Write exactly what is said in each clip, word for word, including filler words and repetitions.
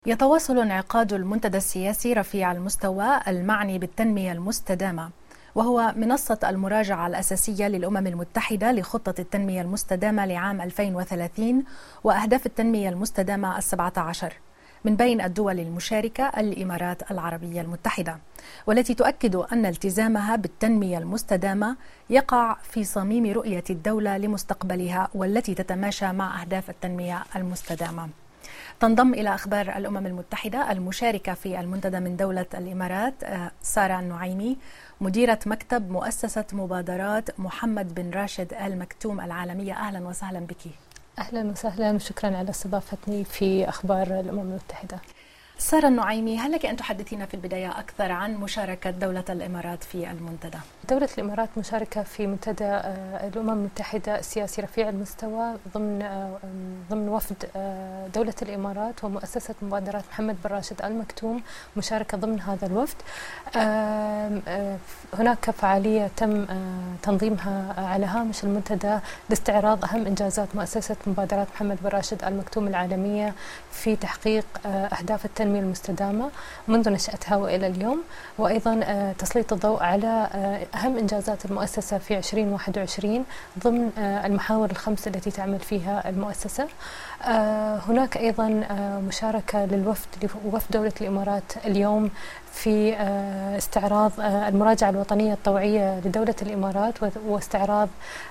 يتواصل انعقاد المنتدى السياسي رفيع المستوى المعني بالتنمية المستدامة، وهو منصة المراجعة الأساسية للأمم المتحدة لخطة التنمية المستدامة لعام ألفين وثلاثين وأهداف التنمية المستدامة السبعة عشر، من بين الدول المشاركة الإمارات العربية المتحدة، والتي تؤكد أن التزامها بالتنمية المستدامة يقع في صميم رؤية الدولة لمستقبلها والتي تتماشى مع أهداف التنمية المستدامة. تنضم إلى أخبار الأمم المتحدة المشاركة في المنتدى من دولة الإمارات سارة النعيمي، مديرة مكتب مؤسسة مبادرات محمد بن راشد آل مكتوم العالمية. أهلا وسهلا بك. أهلا وسهلا وشكرا على استضافتني في أخبار الأمم المتحدة. سارة النعيمي، هل لك أن تحدثينا في البداية أكثر عن مشاركة دولة الإمارات في المنتدى؟ دولة الإمارات مشاركة في منتدى الأمم المتحدة السياسي رفيع المستوى ضمن ضمن وفد دولة الإمارات ومؤسسة مبادرات محمد بن راشد آل مكتوم، مشاركة ضمن هذا الوفد. هناك فعالية تم تنظيمها على هامش المنتدى لاستعراض أهم إنجازات مؤسسة مبادرات محمد بن راشد آل مكتوم العالمية في تحقيق أهداف التنمية المستدامة منذ نشأتها وإلى اليوم، وأيضا تسليط الضوء على أهم إنجازات المؤسسة في عشرين واحد وعشرين ضمن المحاور الخمس التي تعمل فيها المؤسسة. هناك أيضا مشاركة للوفد وفد دولة الإمارات اليوم في استعراض المراجعة الوطنية الطوعية لدولة الإمارات واستعراض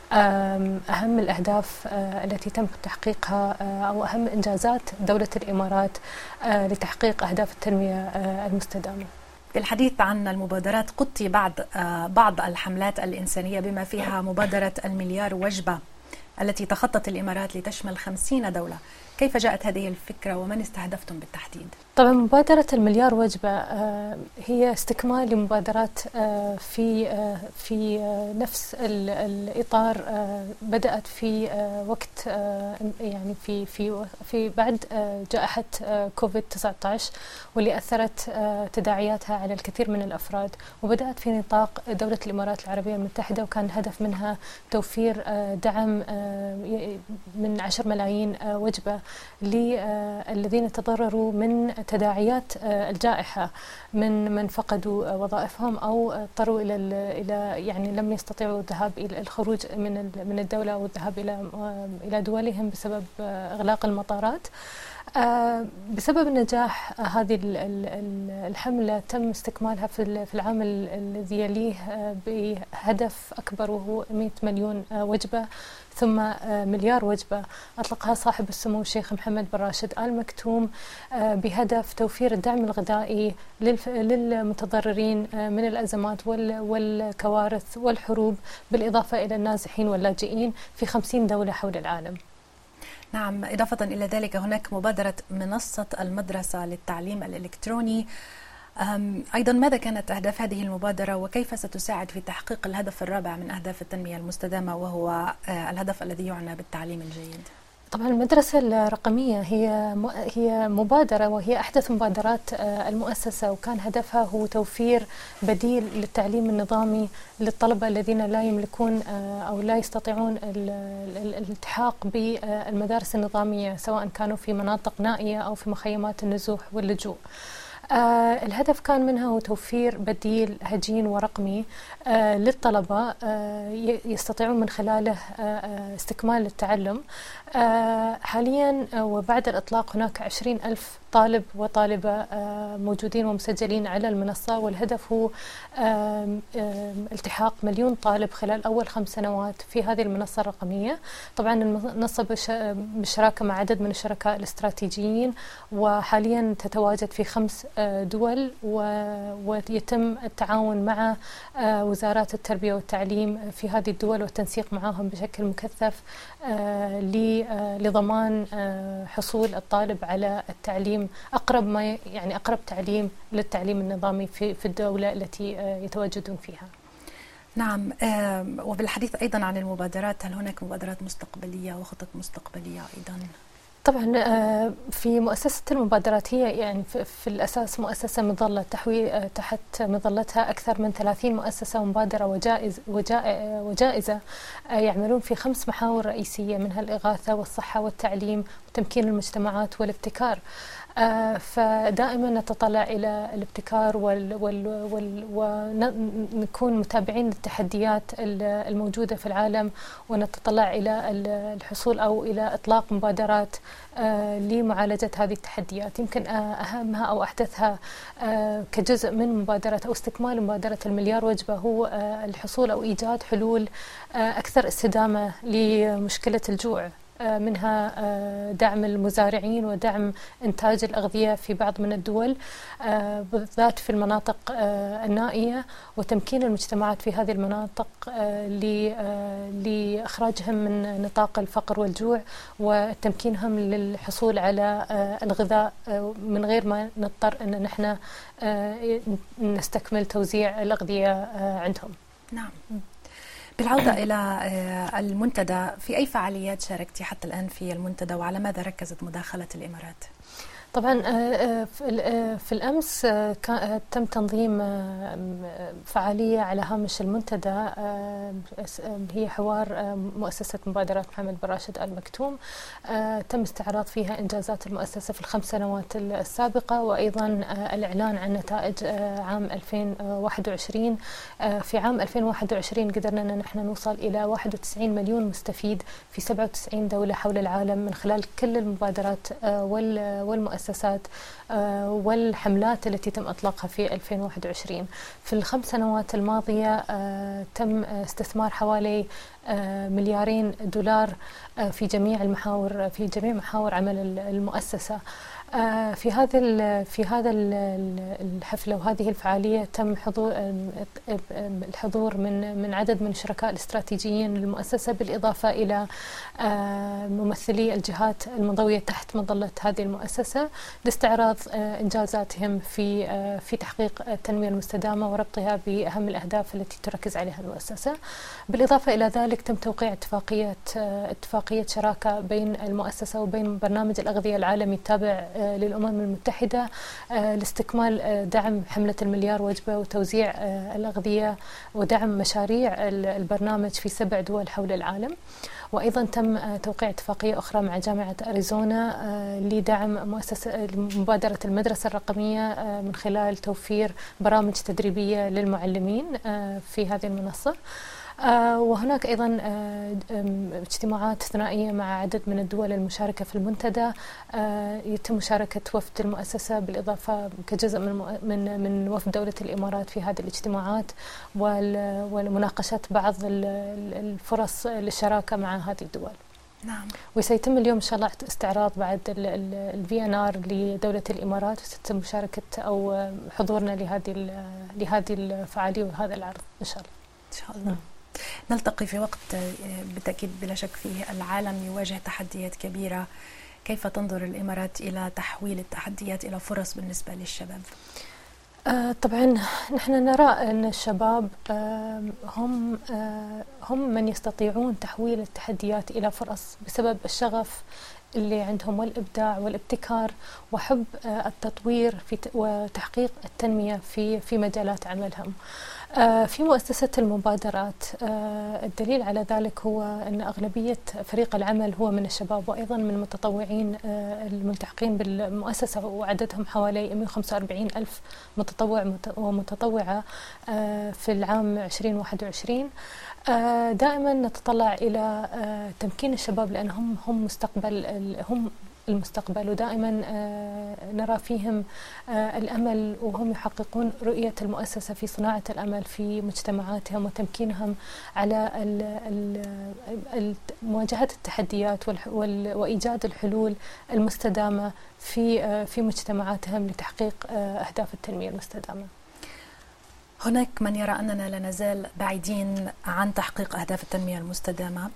أهم الأهداف التي تم تحقيقها أو أهم إنجازات دولة الإمارات لتحقيق أهداف التنمية المستدامة. بالحديث عن المبادرات قدتي بعض بعض الحملات الإنسانية بما فيها مبادرة المليار وجبة التي تخطت الإمارات لتشمل خمسين دولة. كيف جاءت هذه الفكرة ومن استهدفتم بالتحديد؟ طبعا مبادرة المليار وجبة هي استكمال لمبادرات في في نفس الإطار، بدأت في وقت يعني في في في بعد جائحة كوفيد تسعة عشر واللي أثرت تداعياتها على الكثير من الأفراد، وبدأت في نطاق دولة الإمارات العربية المتحدة، وكان الهدف منها توفير دعم من عشر ملايين وجبة للذين تضرروا من تداعيات الجائحة، من من فقدوا وظائفهم أو اضطروا إلى إلى يعني لم يستطيعوا الذهاب إلى الخروج من من الدولة أو الذهاب إلى إلى دولهم بسبب إغلاق المطارات. بسبب نجاح هذه الحملة تم استكمالها في العام الذي يليه بهدف أكبر وهو مئة مليون وجبة ثم مليار وجبة أطلقها صاحب السمو الشيخ محمد بن راشد آل مكتوم بهدف توفير الدعم الغذائي للمتضررين من الأزمات والكوارث والحروب، بالإضافة إلى النازحين واللاجئين في خمسين دولة حول العالم. نعم، إضافة إلى ذلك هناك مبادرة منصة المدرسة للتعليم الإلكتروني. أيضا ماذا كانت أهداف هذه المبادرة وكيف ستساعد في تحقيق الهدف الرابع من أهداف التنمية المستدامة وهو الهدف الذي يعنى بالتعليم الجيد؟ طبعا المدرسة الرقمية هي هي مبادرة وهي أحدث مبادرات المؤسسة، وكان هدفها هو توفير بديل للتعليم النظامي للطلبة الذين لا يملكون أو لا يستطيعون الالتحاق بالمدارس النظامية، سواء كانوا في مناطق نائية أو في مخيمات النزوح واللجوء. آه الهدف كان منها هو توفير بديل هجين ورقمي آه للطلبة آه يستطيعون من خلاله آه استكمال التعلم. آه حاليا آه وبعد الإطلاق هناك عشرين ألف طالب وطالبة آه موجودين ومسجلين على المنصة، والهدف هو آه آه التحاق مليون طالب خلال أول خمس سنوات في هذه المنصة الرقمية. طبعا المنصة بالشراكة مع عدد من الشركاء الاستراتيجيين، وحاليا تتواجد في خمس دول، ويتم التعاون مع وزارات التربية والتعليم في هذه الدول والتنسيق معهم بشكل مكثف لضمان حصول الطالب على التعليم أقرب ما يعني أقرب تعليم للتعليم النظامي في في الدولة التي يتواجدون فيها. نعم، وبالحديث أيضا عن المبادرات، هل هناك مبادرات مستقبلية وخطط مستقبلية أيضا؟ طبعا في مؤسسة المبادرات هي يعني في الأساس مؤسسة مظلة تحوي تحت مظلتها أكثر من ثلاثين مؤسسة ومبادرة وجائز وجائزة يعملون في خمس محاور رئيسية، منها الإغاثة والصحة والتعليم وتمكين المجتمعات والابتكار. فدائما نتطلع إلى الابتكار وال وال وال ونكون متابعين للتحديات الموجودة في العالم، ونتطلع إلى الحصول أو إلى إطلاق مبادرات لمعالجة هذه التحديات. يمكن أهمها أو أحدثها كجزء من مبادرة أو استكمال مبادرة المليار وجبة هو الحصول أو إيجاد حلول أكثر استدامة لمشكلة الجوع، منها دعم المزارعين ودعم إنتاج الأغذية في بعض من الدول بالذات في المناطق النائية، وتمكين المجتمعات في هذه المناطق لإخراجهم من نطاق الفقر والجوع وتمكينهم للحصول على الغذاء من غير ما نضطر أن نحن نستكمل توزيع الأغذية عندهم. نعم. بالعودة إلى المنتدى، في أي فعاليات شاركتي حتى الآن في المنتدى وعلى ماذا ركزت مداخلة الإمارات؟ طبعا في الأمس تم تنظيم فعالية على هامش المنتدى، هي حوار مؤسسة مبادرات محمد بن راشد آل مكتوم. تم استعراض فيها إنجازات المؤسسة في الخمس سنوات السابقة، وأيضا الإعلان عن نتائج عام ألفين وواحد وعشرين. في عام ألفين وواحد وعشرين قدرنا أن نحن نوصل إلى واحد وتسعين مليون مستفيد في سبعة وتسعين دولة حول العالم من خلال كل المبادرات والمؤسسات المؤسسات والحملات التي تم إطلاقها في ألفين وواحد وعشرين. في الخمس سنوات الماضية تم استثمار حوالي مليارين دولار في جميع المحاور في جميع محاور عمل المؤسسة. في هذا في هذا الحفلة وهذه الفعالية تم حضور الحضور من من عدد من الشركاء الاستراتيجيين للمؤسسة، بالإضافة إلى ممثلي الجهات المنضوية تحت مظلة هذه المؤسسة لاستعراض إنجازاتهم في في تحقيق التنمية المستدامة وربطها بأهم الأهداف التي تركز عليها المؤسسة. بالإضافة إلى ذلك تم توقيع اتفاقية اتفاقية شراكة بين المؤسسة وبين برنامج الأغذية العالمي التابع للأمم المتحدة لاستكمال دعم حملة المليار وجبة وتوزيع الأغذية ودعم مشاريع البرنامج في سبع دول حول العالم. وأيضا تم توقيع اتفاقية أخرى مع جامعة أريزونا لدعم مؤسسة مبادرة المدرسة الرقمية من خلال توفير برامج تدريبية للمعلمين في هذه المنصة. وهناك أيضا اجتماعات ثنائية مع عدد من الدول المشاركة في المنتدى، يتم مشاركة وفد المؤسسة بالإضافة كجزء من من من وفد دولة الإمارات في هذه الاجتماعات والمناقشة بعض الفرص للشراكة مع هذه الدول. نعم. وسيتم اليوم إن شاء الله استعراض بعد الفي ان ار لدولة الإمارات، وستتم مشاركة أو حضورنا لهذه لهذه الفعالية وهذا العرض إن شاء الله. إن شاء الله. نلتقي في وقت بالتأكيد بلا شك فيه العالم يواجه تحديات كبيرة. كيف تنظر الإمارات إلى تحويل التحديات إلى فرص بالنسبة للشباب؟ آه طبعا نحن نرى أن الشباب آه هم آه هم من يستطيعون تحويل التحديات إلى فرص بسبب الشغف اللي عندهم والإبداع والابتكار وحب آه التطوير في وتحقيق التنمية في في مجالات عملهم. آه في مؤسسة المبادرات آه الدليل على ذلك هو أن أغلبية فريق العمل هو من الشباب، وأيضا من المتطوعين آه الملتحقين بالمؤسسة، وعددهم حوالي مئة وخمسة وأربعين ألف متطوع ومتطوعة آه في العام ألفين وواحد وعشرين. آه دائما نتطلع إلى آه تمكين الشباب لأنهم هم مستقبل هم المستقبل، ودائما آه نرى فيهم آه الأمل، وهم يحققون رؤية المؤسسة في صناعة الأمل في مجتمعاتهم وتمكينهم على ال ال مواجهة التحديات وإيجاد الحلول المستدامة في آه في مجتمعاتهم لتحقيق آه أهداف التنمية المستدامة. هناك من يرى أننا لا نزال بعيدين عن تحقيق أهداف التنمية المستدامة،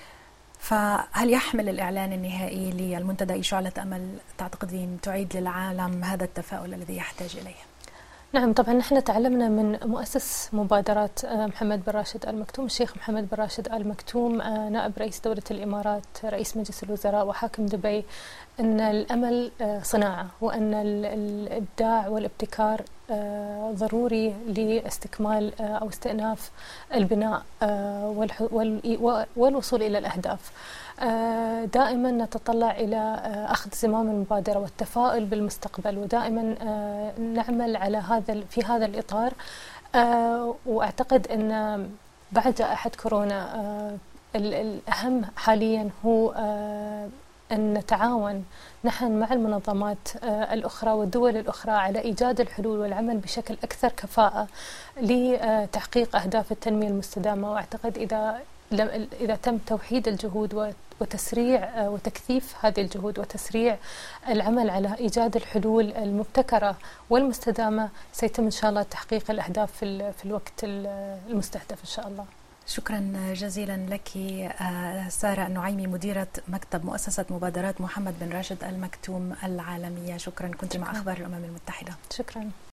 فهل يحمل الإعلان النهائي للمنتدى شعلة أمل تعتقدين تعيد للعالم هذا التفاؤل الذي يحتاج إليه؟ نعم طبعا نحن تعلمنا من مؤسس مبادرات محمد بن راشد آل مكتوم الشيخ محمد بن راشد آل مكتوم نائب رئيس دولة الإمارات رئيس مجلس الوزراء وحاكم دبي أن الأمل صناعة، وأن الإبداع والابتكار ضروري لاستكمال أو استئناف البناء والوصول إلى الأهداف. دائما نتطلع إلى أخذ زمام المبادرة والتفاؤل بالمستقبل، ودائما نعمل على هذا في هذا الإطار. وأعتقد أن بعد جائحة كورونا الأهم حاليا هو أن نتعاون نحن مع المنظمات الأخرى والدول الأخرى على إيجاد الحلول والعمل بشكل أكثر كفاءة لتحقيق أهداف التنمية المستدامة. وأعتقد إذا إذا تم توحيد الجهود وتسريع وتكثيف هذه الجهود وتسريع العمل على إيجاد الحلول المبتكرة والمستدامة، سيتم إن شاء الله تحقيق الأهداف في الوقت المستهدف إن شاء الله. شكرا جزيلا لك سارة النعيمي، مديرة مكتب مؤسسة مبادرات محمد بن راشد المكتوم العالمية. شكرا، كنت مع أخبار الأمم المتحدة. شكرا.